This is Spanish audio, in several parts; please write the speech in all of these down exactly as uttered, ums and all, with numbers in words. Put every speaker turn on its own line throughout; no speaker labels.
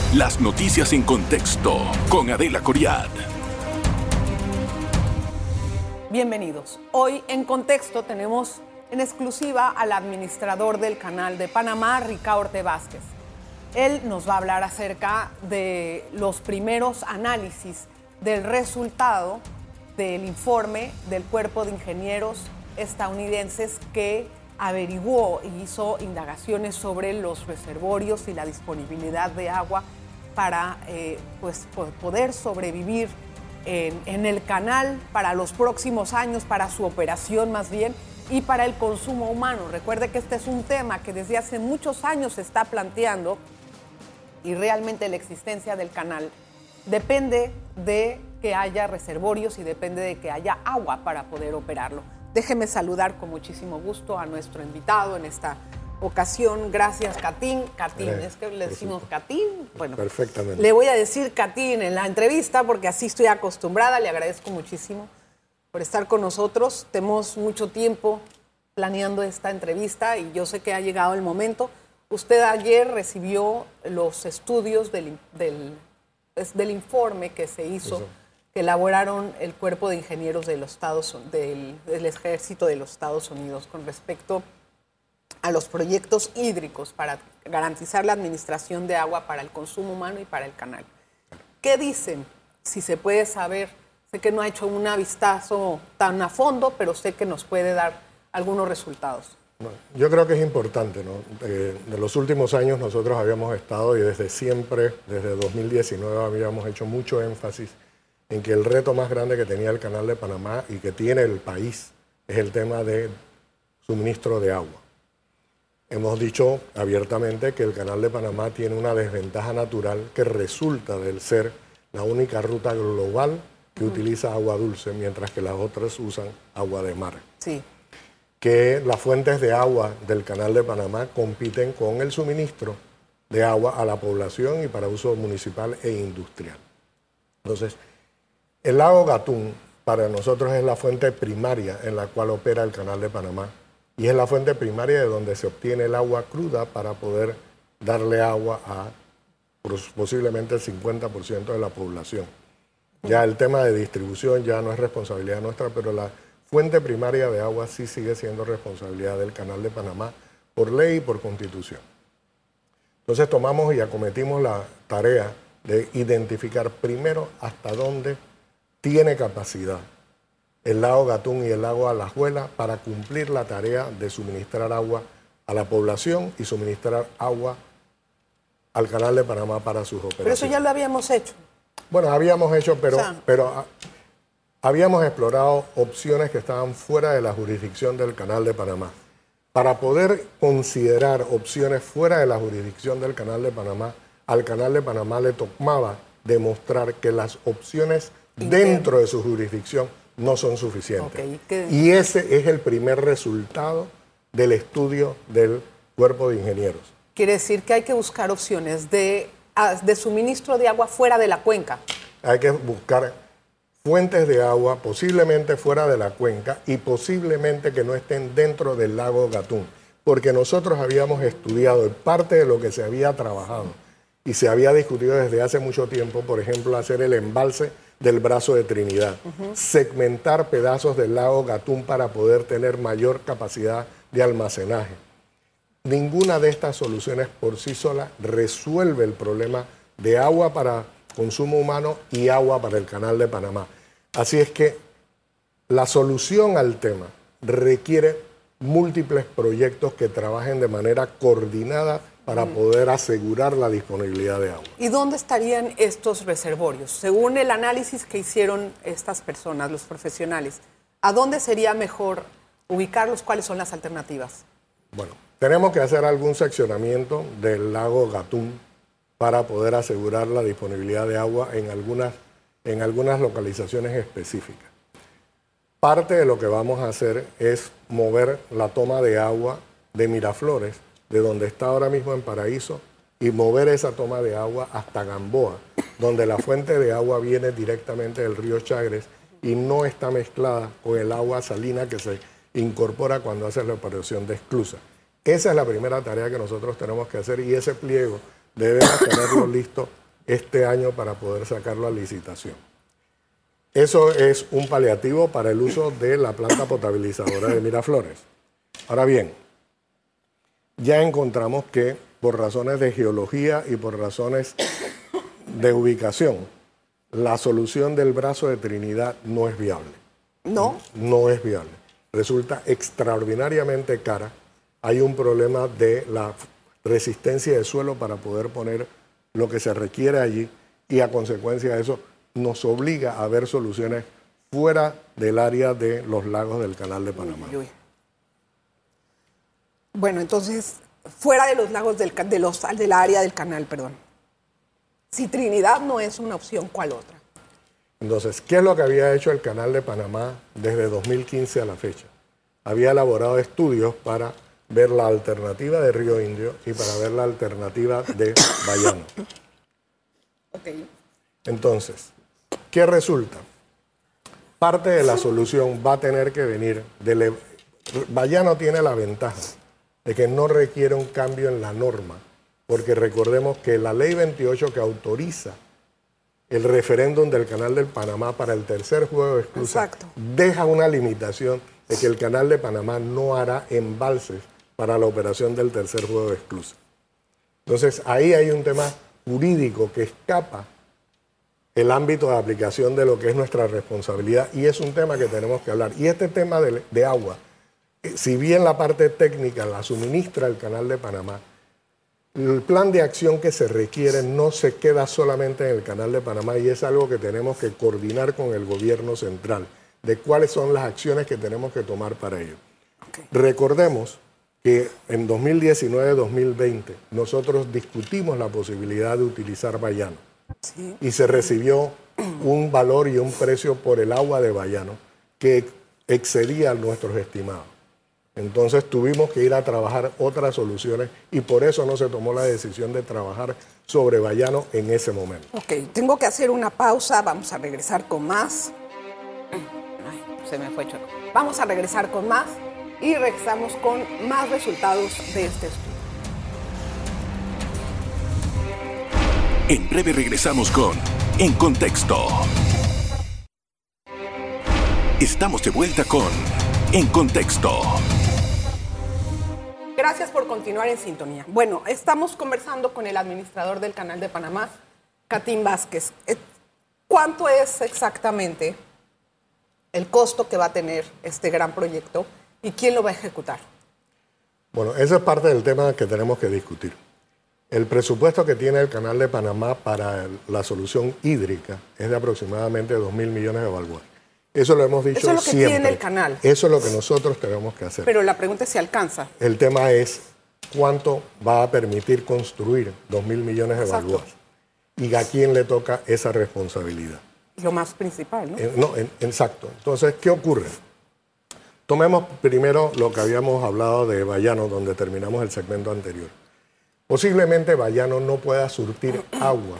Las noticias en contexto con Adela Coriad.
Bienvenidos. Hoy en Contexto tenemos en exclusiva al administrador del Canal de Panamá, Ricaurte Vázquez. Él nos va a hablar acerca de los primeros análisis del resultado del informe del Cuerpo de Ingenieros estadounidenses que averiguó y hizo indagaciones sobre los reservorios y la disponibilidad de agua para eh, pues, poder sobrevivir en, en el canal para los próximos años, para su operación más bien, y para el consumo humano. Recuerde que este es un tema que desde hace muchos años se está planteando y realmente la existencia del canal depende de que haya reservorios y depende de que haya agua para poder operarlo. Déjeme saludar con muchísimo gusto a nuestro invitado en esta ocasión. Gracias, Catín. Catín, eh, es que le decimos Catín. Bueno,
perfectamente.
Le voy a decir Catín en la entrevista porque así estoy acostumbrada. Le agradezco muchísimo por estar con nosotros. Tenemos mucho tiempo planeando esta entrevista y yo sé que ha llegado el momento. Usted ayer recibió los estudios del, del, del informe que se hizo, Eso. que elaboraron el Cuerpo de Ingenieros de los Estados, del, del Ejército de los Estados Unidos con respecto a los proyectos hídricos para garantizar la administración de agua para el consumo humano y para el canal. ¿Qué dicen? Si se puede saber, sé que no ha hecho un vistazo tan a fondo, pero sé que nos puede dar algunos resultados.
Bueno, yo creo que es importante, ¿no? Eh, de los últimos años nosotros habíamos estado y desde siempre, desde dos mil diecinueve, habíamos hecho mucho énfasis en que el reto más grande que tenía el Canal de Panamá y que tiene el país es el tema de suministro de agua. Hemos dicho abiertamente que el Canal de Panamá tiene una desventaja natural que resulta del ser la única ruta global que uh-huh. utiliza agua dulce, mientras que las otras usan agua de mar.
Sí.
Que las fuentes de agua del Canal de Panamá compiten con el suministro de agua a la población y para uso municipal e industrial. Entonces, el lago Gatún para nosotros es la fuente primaria en la cual opera el Canal de Panamá. Y es la fuente primaria de donde se obtiene el agua cruda para poder darle agua a posiblemente el cincuenta por ciento de la población. Ya el tema de distribución ya no es responsabilidad nuestra, pero la fuente primaria de agua sí sigue siendo responsabilidad del Canal de Panamá por ley y por constitución. Entonces tomamos y acometimos la tarea de identificar primero hasta dónde tiene capacidad el lago Gatún y el lago Alajuela para cumplir la tarea de suministrar agua a la población y suministrar agua al Canal de Panamá para sus operaciones.
Pero eso ya lo habíamos hecho.
Bueno, habíamos hecho, pero,
o sea,
pero a, habíamos explorado opciones que estaban fuera de la jurisdicción del Canal de Panamá. Para poder considerar opciones fuera de la jurisdicción del Canal de Panamá, al Canal de Panamá le tomaba demostrar que las opciones Interno. dentro de su jurisdicción no son suficientes.
Okay, ¿qué?
Y ese es el primer resultado del estudio del Cuerpo de Ingenieros.
Quiere decir que hay que buscar opciones de, de suministro de agua fuera de la cuenca.
Hay que buscar fuentes de agua posiblemente fuera de la cuenca y posiblemente que no estén dentro del lago Gatún. Porque nosotros habíamos estudiado, y parte de lo que se había trabajado y se había discutido desde hace mucho tiempo, por ejemplo, hacer el embalse del brazo de Trinidad, uh-huh. segmentar pedazos del lago Gatún para poder tener mayor capacidad de almacenaje. Ninguna de estas soluciones por sí sola resuelve el problema de agua para consumo humano y agua para el Canal de Panamá. Así es que la solución al tema requiere múltiples proyectos que trabajen de manera coordinada para poder asegurar la disponibilidad de agua.
¿Y dónde estarían estos reservorios? Según el análisis que hicieron estas personas, los profesionales, ¿a dónde sería mejor ubicarlos? ¿Cuáles son las alternativas?
Bueno, tenemos que hacer algún seccionamiento del lago Gatún para poder asegurar la disponibilidad de agua en algunas, en algunas localizaciones específicas. Parte de lo que vamos a hacer es mover la toma de agua de Miraflores, de donde está ahora mismo en Paraíso, y mover esa toma de agua hasta Gamboa, donde la fuente de agua viene directamente del río Chagres y no está mezclada con el agua salina que se incorpora cuando hace la operación de esclusa. Esa es la primera tarea que nosotros tenemos que hacer y ese pliego debemos tenerlo listo este año para poder sacarlo a licitación. Eso es un paliativo para el uso de la planta potabilizadora de Miraflores. Ahora bien, ya encontramos que por razones de geología y por razones de ubicación, la solución del brazo de Trinidad no es viable.
¿No?
No es viable. Resulta extraordinariamente cara. Hay un problema de la resistencia del suelo para poder poner lo que se requiere allí y a consecuencia de eso nos obliga a ver soluciones fuera del área de los lagos del Canal de Panamá.
Uy, uy. Bueno, entonces, fuera de los lagos del, de los, del área del canal, perdón. Si Trinidad no es una opción, ¿cuál otra?
Entonces, ¿qué es lo que había hecho el Canal de Panamá desde dos mil quince a la fecha? Había elaborado estudios para ver la alternativa de Río Indio y para ver la alternativa de Bayano.
Okay.
Entonces, ¿qué resulta? Parte de la solución va a tener que venir de... Bayano tiene la ventaja de que no requiere un cambio en la norma, porque recordemos que la ley veintiocho que autoriza el referéndum del Canal del Panamá para el tercer juego de esclusa deja una limitación de que el Canal de Panamá no hará embalses para la operación del tercer juego de esclusa. Entonces, ahí hay un tema jurídico que escapa el ámbito de aplicación de lo que es nuestra responsabilidad y es un tema que tenemos que hablar. Y este tema de, de agua, si bien la parte técnica la suministra el Canal de Panamá, el plan de acción que se requiere no se queda solamente en el Canal de Panamá y es algo que tenemos que coordinar con el gobierno central, de cuáles son las acciones que tenemos que tomar para ello. Okay. Recordemos que en dos mil diecinueve dos mil veinte nosotros discutimos la posibilidad de utilizar Bayano. Sí. Y se recibió un valor y un precio por el agua de Bayano que excedía nuestros estimados. Entonces tuvimos que ir a trabajar otras soluciones y por eso no se tomó la decisión de trabajar sobre Bayano en ese momento.
Ok, tengo que hacer una pausa, vamos a regresar con más. Ay, se me fue chueco. Vamos a regresar con más y regresamos con más resultados de este estudio.
En breve regresamos con En Contexto. Estamos de vuelta con En Contexto.
Gracias por continuar en sintonía. Bueno, estamos conversando con el administrador del Canal de Panamá, Catín Vázquez. ¿Cuánto es exactamente el costo que va a tener este gran proyecto y quién lo va a ejecutar?
Bueno, esa es parte del tema que tenemos que discutir. El presupuesto que tiene el Canal de Panamá para la solución hídrica es de aproximadamente dos mil millones de balboas. Eso lo hemos dicho siempre.
Eso es lo que tiene el canal.
Eso es lo que nosotros tenemos que hacer.
Pero la pregunta es si alcanza.
El tema es cuánto va a permitir construir dos mil millones de
Exacto.
balboas y a quién le toca esa responsabilidad.
Lo más principal, ¿no?
Eh, no, en, exacto. Entonces, ¿qué ocurre? Tomemos primero lo que habíamos hablado de Bayano, donde terminamos el segmento anterior. Posiblemente Bayano no pueda surtir agua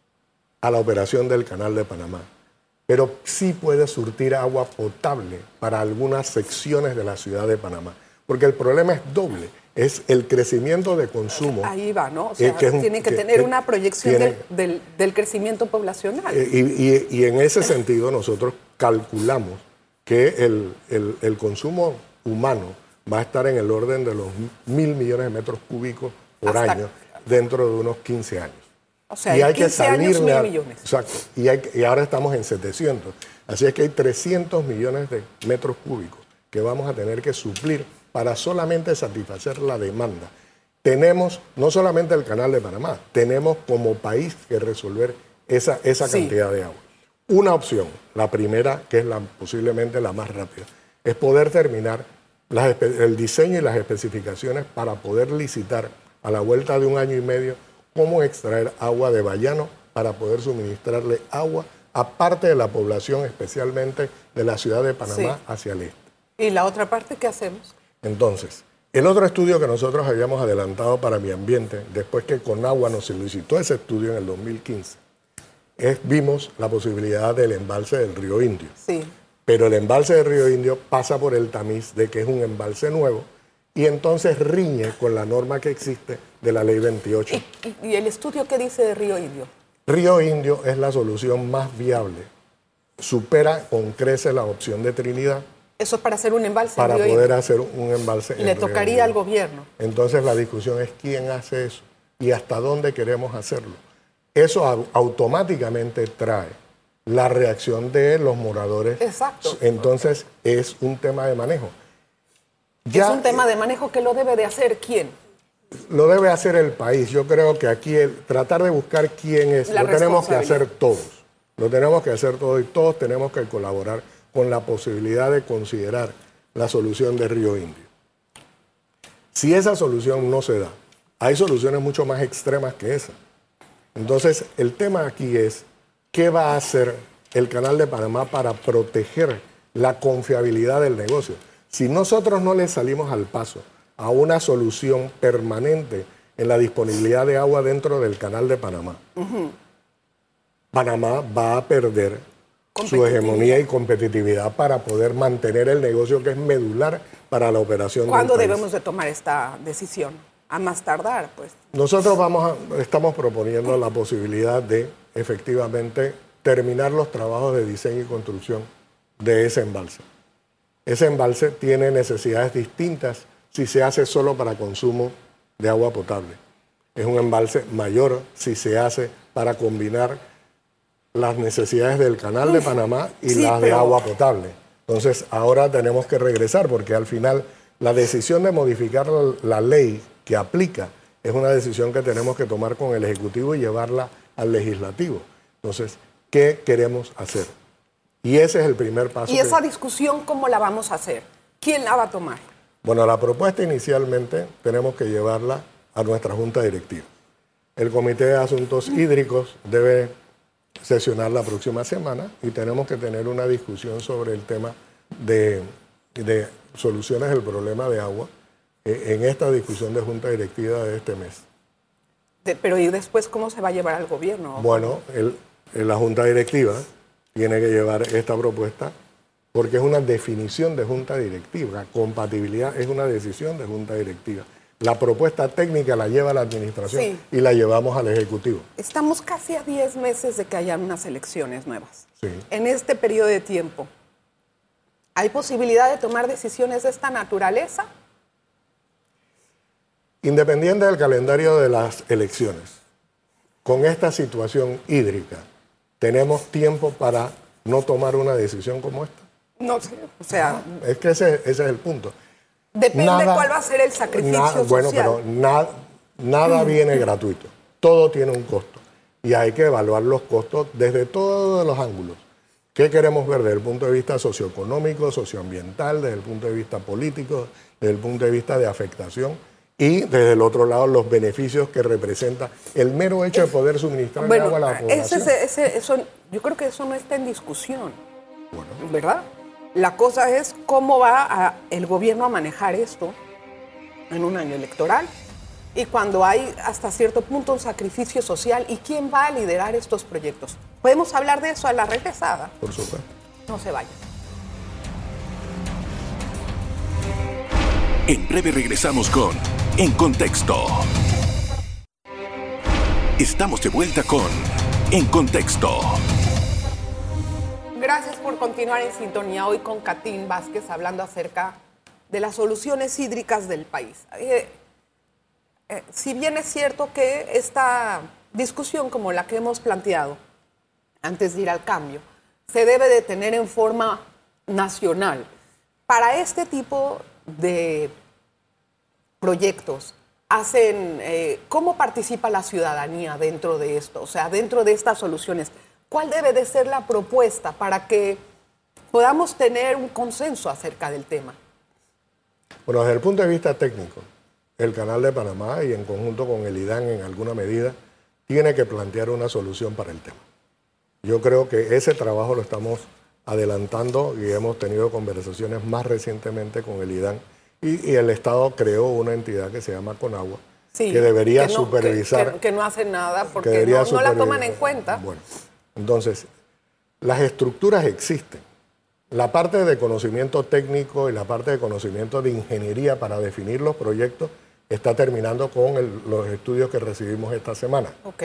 a la operación del Canal de Panamá, pero sí puede surtir agua potable para algunas secciones de la ciudad de Panamá, porque el problema es doble, es el crecimiento de consumo.
Ahí va, ¿no? O sea,
eh, que es un,
tiene que, que tener que una proyección tiene, del, del, del crecimiento poblacional.
Eh, y, y, y en ese sentido nosotros calculamos que el, el, el consumo humano va a estar en el orden de los mil millones de metros cúbicos por Hasta año dentro de unos quince años.
O sea,
y hay
quince
que salirle
años, mil
a,
millones.
Exacto. Y, hay, y ahora estamos en setecientos. Así es que hay trescientos millones de metros cúbicos que vamos a tener que suplir para solamente satisfacer la demanda. Tenemos no solamente el Canal de Panamá, tenemos como país que resolver esa, esa sí. cantidad de agua. Una opción, la primera, que es la, posiblemente la más rápida, es poder terminar las, el diseño y las especificaciones para poder licitar a la vuelta de un año y medio cómo extraer agua de Bayano para poder suministrarle agua a parte de la población, especialmente de la ciudad de Panamá, sí. hacia el este.
¿Y la otra parte qué hacemos?
Entonces, el otro estudio que nosotros habíamos adelantado para mi ambiente, después que Conagua nos solicitó ese estudio en el dos mil quince, es, vimos la posibilidad del embalse del Río Indio.
Sí.
Pero el embalse del Río Indio pasa por el tamiz de que es un embalse nuevo y entonces riñe con la norma que existe de la ley veintiocho.
¿Y, y, y el estudio qué dice de Río Indio?
Río Indio es la solución más viable. Supera con creces la opción de Trinidad.
Eso es para hacer un embalse.
Para
Río
poder
Indio.
hacer un embalse.
Y le tocaría al gobierno.
Entonces la discusión es quién hace eso y hasta dónde queremos hacerlo. Eso au automáticamente trae la reacción de los moradores.
Exacto.
Entonces es un tema de manejo. Ya,
es un tema de manejo que lo debe de hacer ¿quién?
Lo debe hacer el país. Yo creo que aquí el, tratar de buscar quién es,
La
lo tenemos que hacer todos. Lo tenemos que hacer todos y todos tenemos que colaborar con la posibilidad de considerar la solución de Río Indio. Si esa solución no se da, hay soluciones mucho más extremas que esa. Entonces, el tema aquí es qué va a hacer el Canal de Panamá para proteger la confiabilidad del negocio. Si nosotros no le salimos al paso a una solución permanente en la disponibilidad de agua dentro del Canal de Panamá, uh-huh. Panamá va a perder su hegemonía y competitividad para poder mantener el negocio que es medular para la operación del país.
¿Cuándo debemos de tomar esta decisión? A más tardar, pues.
Nosotros vamos a, estamos proponiendo la posibilidad de, efectivamente, terminar los trabajos de diseño y construcción de ese embalse. Ese embalse tiene necesidades distintas si se hace solo para consumo de agua potable. Es un embalse mayor si se hace para combinar las necesidades del Canal de Panamá y
sí,
las
pero...
de agua potable. Entonces, ahora tenemos que regresar porque al final la decisión de modificar la, la ley que aplica es una decisión que tenemos que tomar con el Ejecutivo y llevarla al Legislativo. Entonces, ¿qué queremos hacer? Y ese es el primer paso.
¿Y esa que... discusión cómo la vamos a hacer? ¿Quién la va a tomar?
Bueno, la propuesta inicialmente tenemos que llevarla a nuestra Junta Directiva. El Comité de Asuntos Hídricos debe sesionar la próxima semana y tenemos que tener una discusión sobre el tema de, de soluciones del problema de agua en esta discusión de Junta Directiva de este mes.
De, pero ¿y después cómo se va a llevar al gobierno?
Bueno, el, la Junta Directiva tiene que llevar esta propuesta porque es una definición de Junta Directiva. La compatibilidad es una decisión de Junta Directiva. La propuesta técnica la lleva la Administración sí. y la llevamos al Ejecutivo.
Estamos casi a diez meses de que hayan unas elecciones nuevas.
Sí.
En este periodo de tiempo, ¿hay posibilidad de tomar decisiones de esta naturaleza?
Independiente del calendario de las elecciones, con esta situación hídrica, ¿tenemos tiempo para no tomar una decisión como esta?
No sé, o sea...
Es que ese, ese es el punto.
Depende nada, cuál va a ser el sacrificio
na,
social.
Bueno, pero na, nada viene gratuito. Todo tiene un costo. Y hay que evaluar los costos desde todos los ángulos. ¿Qué queremos ver desde el punto de vista socioeconómico, socioambiental, desde el punto de vista político, desde el punto de vista de afectación? Y desde el otro lado, los beneficios que representa el mero hecho de poder suministrar
bueno,
agua a la población.
Ese, ese, eso, yo creo que eso no está en discusión, bueno. ¿verdad? La cosa es cómo va a, el gobierno a manejar esto en un año electoral y cuando hay hasta cierto punto un sacrificio social y quién va a liderar estos proyectos. ¿Podemos hablar de eso a la regresada?
Por supuesto.
No se vayan.
En breve regresamos con En Contexto. Estamos de vuelta con En Contexto.
Gracias por continuar en sintonía hoy con Catín Vázquez hablando acerca de las soluciones hídricas del país. Eh, eh, si bien es cierto que esta discusión como la que hemos planteado antes de ir al cambio se debe de tener en forma nacional, para este tipo de proyectos hacen, eh, ¿cómo participa la ciudadanía dentro de esto? O sea, dentro de estas soluciones, ¿cuál debe de ser la propuesta para que podamos tener un consenso acerca del tema?
Bueno, desde el punto de vista técnico, el Canal de Panamá y en conjunto con el IDAN en alguna medida tiene que plantear una solución para el tema. Yo creo que ese trabajo lo estamos adelantando y hemos tenido conversaciones más recientemente con el IDAN y, y el Estado creó una entidad que se llama Conagua, sí, que debería que no, supervisar.
Que, que, que no hace nada porque no, no la toman en cuenta.
Bueno, entonces, las estructuras existen. La parte de conocimiento técnico y la parte de conocimiento de ingeniería para definir los proyectos está terminando con el, los estudios que recibimos esta semana.
Okay.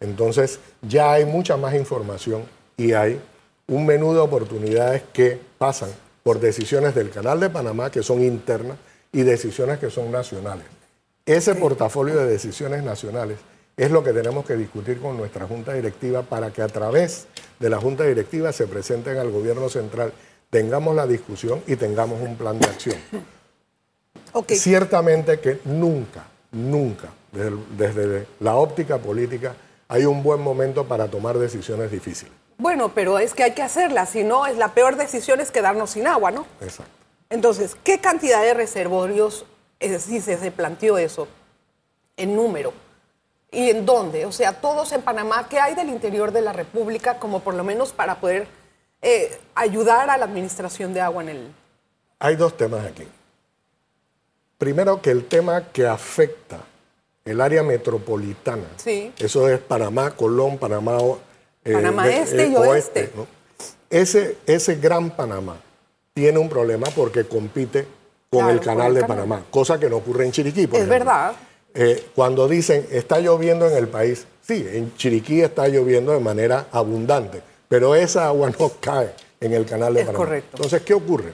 Entonces ya hay mucha más información y hay un menú de oportunidades que pasan por decisiones del Canal de Panamá que son internas y decisiones que son nacionales. Ese portafolio de decisiones nacionales es lo que tenemos que discutir con nuestra Junta Directiva para que a través de la Junta Directiva se presenten al Gobierno Central, tengamos la discusión y tengamos un plan de acción. Okay. Ciertamente que nunca, nunca, desde, desde la óptica política, hay un buen momento para tomar decisiones difíciles.
Bueno, pero es que hay que hacerlas, si no, es la peor decisión es quedarnos sin agua, ¿no?
Exacto.
Entonces, ¿qué cantidad de reservorios, es decir, se, se planteó eso, en número? ¿Y en dónde? O sea, todos en Panamá, ¿qué hay del interior de la República como por lo menos para poder eh, ayudar a la administración de agua en el...?
Hay dos temas aquí. Primero, que el tema que afecta el área metropolitana,
sí.
Eso es Panamá, Colón, Panamá...
Eh, Panamá de, Este eh, y Oeste. oeste ¿no?
ese, ese gran Panamá tiene un problema porque compite con claro, el canal con el de canal. Panamá, cosa que no ocurre en Chiriquí, por
Es
ejemplo.
verdad.
Eh, cuando dicen, está lloviendo en el país, sí, en Chiriquí está lloviendo de manera abundante, pero esa agua no cae en el canal de
es
Panamá.
Correcto.
Entonces, ¿qué ocurre?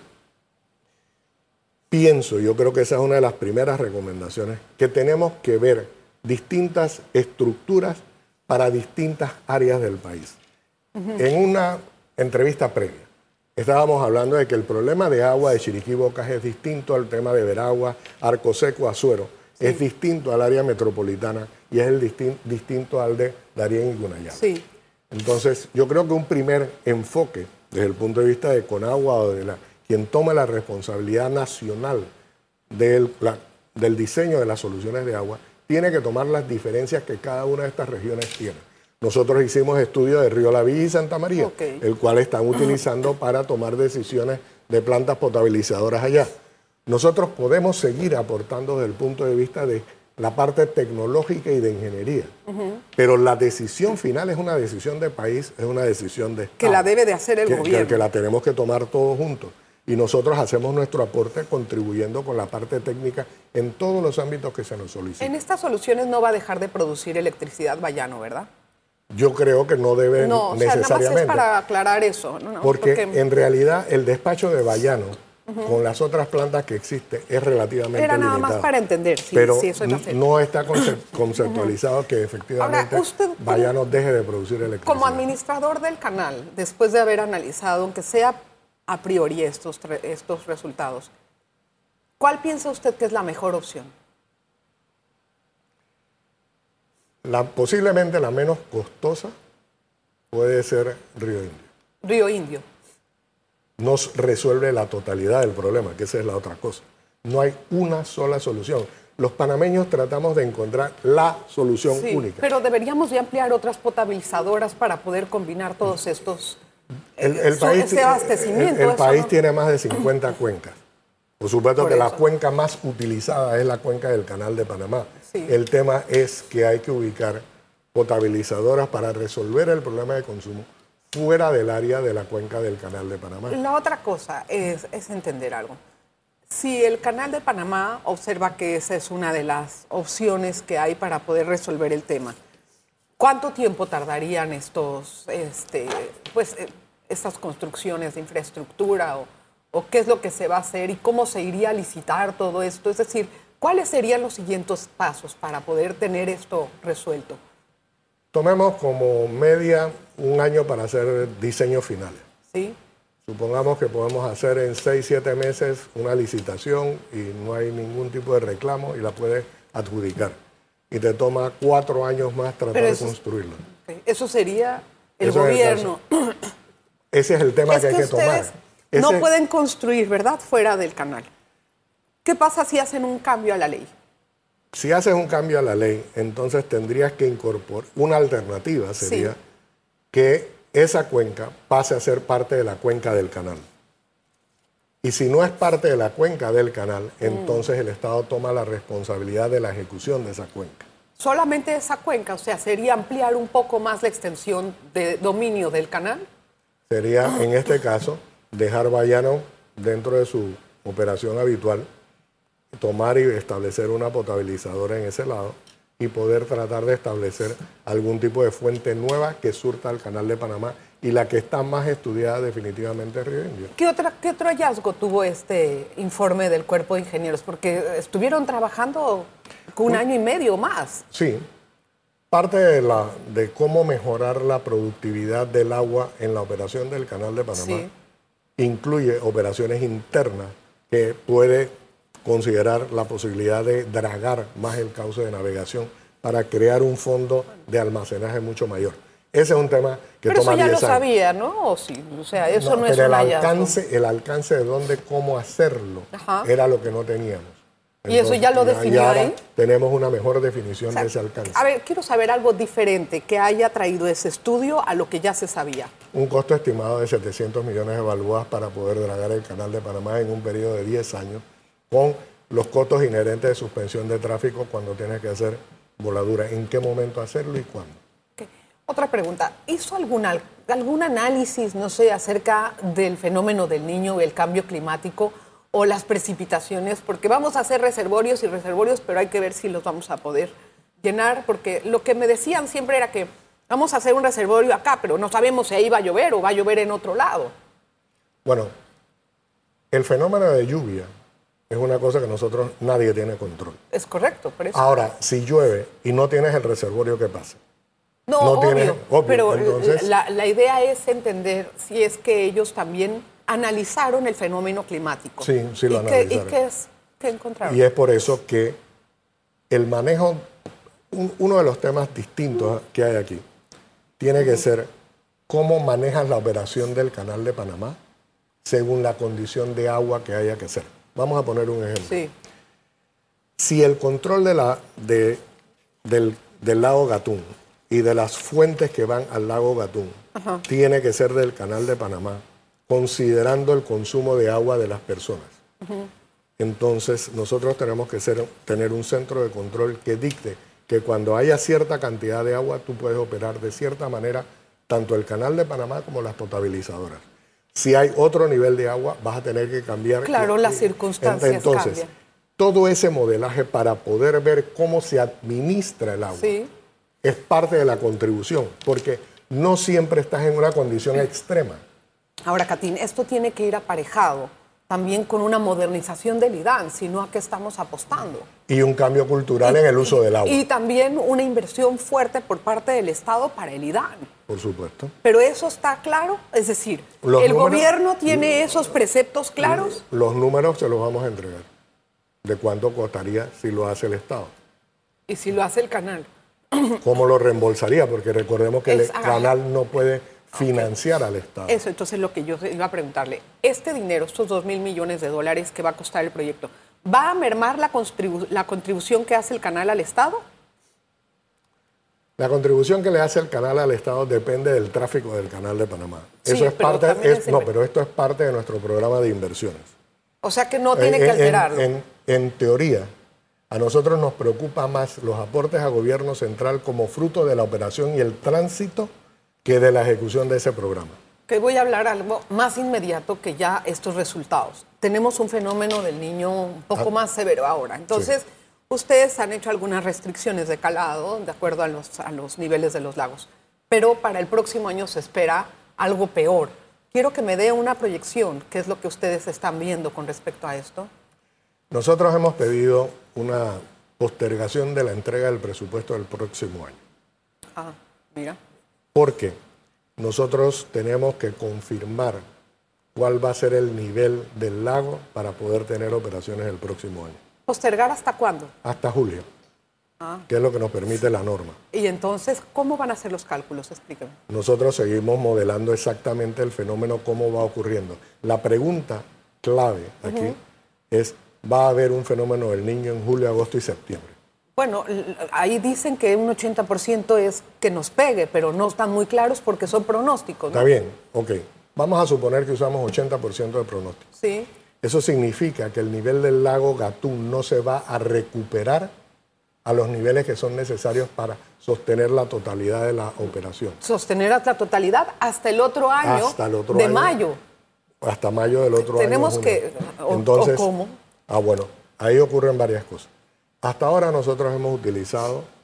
Pienso, yo creo que esa es una de las primeras recomendaciones, que tenemos que ver distintas estructuras para distintas áreas del país. Uh-huh. En una entrevista previa, estábamos hablando de que el problema de agua de Chiriquí Bocas es distinto al tema de Veragua, Arco Seco, Azuero, sí. Es distinto al área metropolitana y es el distin- distinto al de Darién y Gunayala.
Sí.
Entonces, yo creo que un primer enfoque desde el punto de vista de Conagua o de la, quien toma la responsabilidad nacional del, la, del diseño de las soluciones de agua, tiene que tomar las diferencias que cada una de estas regiones tiene. Nosotros hicimos estudios de Río La Villa y Santa María, okay. El cual están utilizando para tomar decisiones de plantas potabilizadoras allá. Nosotros podemos seguir aportando desde el punto de vista de la parte tecnológica y de ingeniería, uh-huh. Pero la decisión final es una decisión de país, es una decisión de Estado.
Que la debe de hacer el
que,
gobierno.
Que, que la tenemos que tomar todos juntos. Y nosotros hacemos nuestro aporte contribuyendo con la parte técnica en todos los ámbitos que se nos solicitan.
En estas soluciones no va a dejar de producir electricidad Bayano, ¿verdad?
Yo creo que no debe
no,
necesariamente.
No, o sea, nada más es para aclarar eso. No, no,
porque,
porque
en realidad el despacho de Bayano, uh-huh. Con las otras plantas que existen, es relativamente
Era nada
limitado.
más para entender si,
pero
si eso es hacer.
No está conceptualizado uh-huh. Que efectivamente Ahora, usted, Bayano deje de producir electricidad.
Como administrador del canal, después de haber analizado, aunque sea a priori estos, estos resultados, ¿cuál piensa usted que es la mejor opción?
La, posiblemente la menos costosa puede ser Río Indio.
Río Indio.
No resuelve la totalidad del problema, que esa es la otra cosa. No hay una sola solución. Los panameños tratamos de encontrar la solución
sí,
única.
Pero deberíamos de ampliar otras potabilizadoras para poder combinar todos estos...
El, el país,
ese abastecimiento.
El, el país
no...
tiene más de cincuenta cuencas. Por supuesto Por que eso. La cuenca más utilizada es la cuenca del Canal de Panamá. Sí. El tema es que hay que ubicar potabilizadoras para resolver el problema de consumo fuera del área de la cuenca del Canal de Panamá.
La otra cosa es, es entender algo. Si el Canal de Panamá observa que esa es una de las opciones que hay para poder resolver el tema, ¿cuánto tiempo tardarían estos, este, pues, estas construcciones de infraestructura o, o qué es lo que se va a hacer y cómo se iría a licitar todo esto? Es decir, ¿cuáles serían los siguientes pasos para poder tener esto resuelto?
Tomemos como media un año para hacer diseños finales.
Sí.
Supongamos que podemos hacer en seis, siete meses una licitación y no hay ningún tipo de reclamo y la puedes adjudicar. Y te toma cuatro años más tratar eso, de construirlo.
Okay. Eso sería el Eso gobierno.
Es el Ese es el tema es que, que hay que tomar. Ese...
No pueden construir, ¿verdad?, fuera del canal. ¿Qué pasa si hacen un cambio a la ley?
Si haces un cambio a la ley, entonces tendrías que incorporar una alternativa, sería sí. que esa cuenca pase a ser parte de la cuenca del canal. Y si no es parte de la cuenca del canal, mm. entonces el Estado toma la responsabilidad de la ejecución de esa cuenca.
¿Solamente esa cuenca? O sea, ¿sería ampliar un poco más la extensión de dominio del canal?
Sería, en este caso, dejar Bayano dentro de su operación habitual, tomar y establecer una potabilizadora en ese lado y poder tratar de establecer algún tipo de fuente nueva que surta al Canal de Panamá, y la que está más estudiada definitivamente es Río Indio.
¿Qué, otra, ¿Qué otro hallazgo tuvo este informe del Cuerpo de Ingenieros? Porque estuvieron trabajando un año y medio más.
Sí. Parte de, la, de cómo mejorar la productividad del agua en la operación del Canal de Panamá sí. incluye operaciones internas que puede considerar la posibilidad de dragar más el cauce de navegación para crear un fondo de almacenaje mucho mayor. Ese es un tema que
pero
toma diez años.
Pero eso ya lo sabía, ¿no? ¿O sí? O sea, eso no, no es
el
un
alcance, el alcance de dónde, cómo hacerlo, Ajá. era lo que no teníamos.
Entonces, ¿y eso ya lo definió
ya
ahí?
Tenemos una mejor definición o sea, de ese alcance.
A ver, quiero saber algo diferente que haya traído ese estudio a lo que ya se sabía.
Un costo estimado de setecientos millones de balboas para poder dragar el Canal de Panamá en un periodo de diez años, con los costos inherentes de suspensión de tráfico cuando tienes que hacer voladura. ¿En qué momento hacerlo y cuándo?
Okay. Otra pregunta. ¿Hizo algún, algún análisis, no sé, acerca del fenómeno del Niño y el cambio climático o las precipitaciones? Porque vamos a hacer reservorios y reservorios, pero hay que ver si los vamos a poder llenar, porque lo que me decían siempre era que vamos a hacer un reservorio acá, pero no sabemos si ahí va a llover o va a llover en otro lado.
Bueno, el fenómeno de lluvia es una cosa que nosotros nadie tiene control.
Es correcto, por eso.
Ahora, si llueve y no tienes el reservorio, ¿qué pasa?
No, no obvio, tienes, obvio, pero
entonces,
la, la idea es entender si es que ellos también analizaron el fenómeno climático.
Sí, sí lo
¿Y
analizaron.
Qué, ¿Y qué, es, qué encontraron?
Y es por eso que el manejo, un, uno de los temas distintos que hay aquí, tiene que ser cómo manejas la operación del Canal de Panamá según la condición de agua que haya que hacer. Vamos a poner un ejemplo.
Sí.
Si el control de la, de, del, del lago Gatún y de las fuentes que van al lago Gatún Ajá. tiene que ser del Canal de Panamá, considerando el consumo de agua de las personas. Uh-huh. Entonces, nosotros tenemos que ser, tener un centro de control que dicte que cuando haya cierta cantidad de agua, tú puedes operar de cierta manera tanto el Canal de Panamá como las potabilizadoras. Si hay otro nivel de agua, vas a tener que cambiar.
Claro, las circunstancias
Entonces,
cambian.
Todo ese modelaje para poder ver cómo se administra el agua
sí.
es parte de la contribución, porque no siempre estás en una condición extrema.
Ahora, Catín, esto tiene que ir aparejado también con una modernización del IDAN, si no, ¿a qué estamos apostando?
Y un cambio cultural y, en el uso del agua.
Y también una inversión fuerte por parte del Estado para el IDAN.
Por supuesto.
¿Pero eso está claro? Es decir,
los
¿el
números,
gobierno tiene esos preceptos claros?
Los números se los vamos a entregar. ¿De cuánto costaría si lo hace el Estado?
¿Y si lo hace el canal?
¿Cómo lo reembolsaría? Porque recordemos que es, el canal no puede financiar okay. al Estado.
Eso, entonces lo que yo iba a preguntarle, este dinero, estos dos mil millones de dólares que va a costar el proyecto, ¿va a mermar la, contribu la contribución que hace el canal al Estado?
La contribución que le hace el canal al Estado depende del tráfico del Canal de Panamá.
Sí,
Eso es parte, es,
es
no, pero esto es parte de nuestro programa de inversiones.
O sea que no tiene en, que alterarlo.
En, en, en teoría, a nosotros nos preocupa más los aportes a gobierno central como fruto de la operación y el tránsito que de la ejecución de ese programa.
Que voy a hablar algo más inmediato que ya estos resultados. Tenemos un fenómeno del Niño un poco ah, más severo ahora. Entonces, sí. ustedes han hecho algunas restricciones de calado de acuerdo a los, a los niveles de los lagos. Pero para el próximo año se espera algo peor. Quiero que me dé una proyección. ¿Qué es lo que ustedes están viendo con respecto a esto?
Nosotros hemos pedido una postergación de la entrega del presupuesto del próximo año.
Ah, mira.
Porque nosotros tenemos que confirmar cuál va a ser el nivel del lago para poder tener operaciones el próximo año.
¿Postergar hasta cuándo?
Hasta julio, ah. que es lo que nos permite la norma.
Y entonces, ¿cómo van a ser los cálculos? Explíqueme.
Nosotros seguimos modelando exactamente el fenómeno, cómo va ocurriendo. La pregunta clave aquí uh-huh. es, ¿va a haber un fenómeno del Niño en julio, agosto y septiembre?
Bueno, ahí dicen que un ochenta por ciento es que nos pegue, pero no están muy claros porque son pronósticos, ¿no?
Está bien, ok. Vamos a suponer que usamos ochenta por ciento de pronósticos.
Sí.
Eso significa que el nivel del lago Gatún no se va a recuperar a los niveles que son necesarios para sostener la totalidad de la operación.
Sostener hasta la totalidad hasta el otro año,
hasta el otro
de
año,
mayo.
Hasta mayo del otro
Tenemos
año.
Tenemos que... O,
Entonces,
¿o cómo?
Ah, bueno, ahí ocurren varias cosas. Hasta ahora nosotros hemos utilizado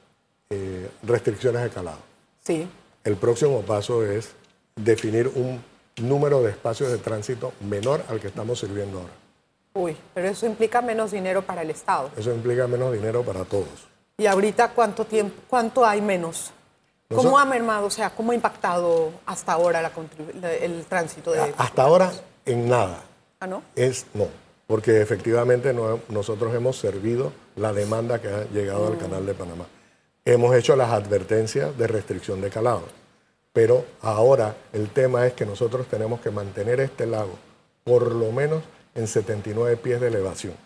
eh, restricciones de calado.
Sí.
El próximo paso es definir un número de espacios de tránsito menor al que estamos sirviendo ahora.
Uy, pero eso implica menos dinero para el Estado.
Eso implica menos dinero para todos.
¿Y ahorita cuánto tiempo, cuánto hay menos? ¿Cómo
Nosotros,
ha mermado, o sea, cómo ha impactado hasta ahora la, la, el tránsito de...
Hasta ahora, en nada.
¿Ah, no?
Es no, porque efectivamente no, nosotros hemos servido la demanda que ha llegado mm. al Canal de Panamá. Hemos hecho las advertencias de restricción de calado, pero ahora el tema es que nosotros tenemos que mantener este lago por lo menos en setenta y nueve pies de elevación.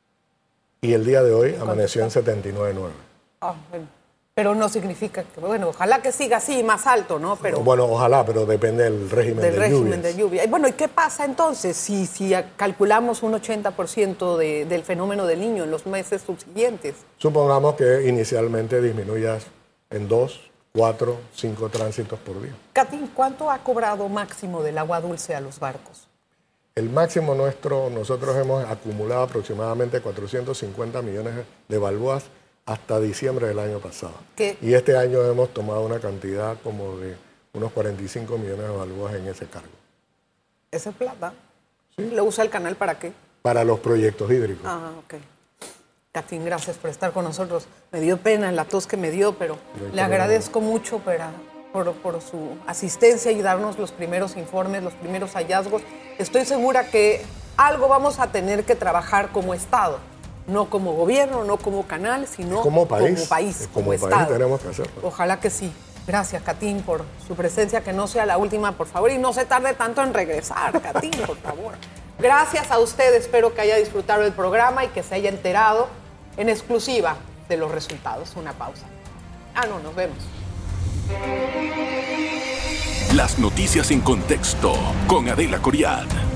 Y el día de hoy amaneció en setenta y nueve punto nueve.
Ah, bueno. Pero no significa que, bueno, ojalá que siga así, más alto, ¿no? Pero
bueno, ojalá, pero depende del régimen
del
de
régimen
lluvias.
de lluvia. Y bueno, ¿y qué pasa entonces si, si calculamos un ochenta por ciento de, del fenómeno del Niño en los meses subsiguientes?
Supongamos que inicialmente disminuyas en dos, cuatro, cinco tránsitos por día.
Katin, ¿cuánto ha cobrado máximo del agua dulce a los barcos?
El máximo nuestro, nosotros hemos acumulado aproximadamente cuatrocientos cincuenta millones de balboas hasta diciembre del año pasado.
¿Qué?
Y este año hemos tomado una cantidad como de unos cuarenta y cinco millones de balboas en ese cargo.
¿Esa es plata?
Sí.
¿Lo usa el canal para qué?
Para los proyectos hídricos.
Ah, ok. Katin, gracias por estar con nosotros. Me dio pena la tos que me dio, pero le agradezco mucho para, por, por su asistencia y darnos los primeros informes, los primeros hallazgos. Estoy segura que algo vamos a tener que trabajar como Estado. No como gobierno, no como canal, sino
como país.
Como país,
como,
como
país
Estado.
Tenemos que hacerlo.
Ojalá que sí. Gracias, Katin, por su presencia, que no sea la última, por favor, y no se tarde tanto en regresar, Katin, por favor. Gracias a usted, espero que haya disfrutado el programa y que se haya enterado en exclusiva de los resultados. Una pausa. Ah, no, nos vemos.
Las noticias en contexto con Adela Coriad.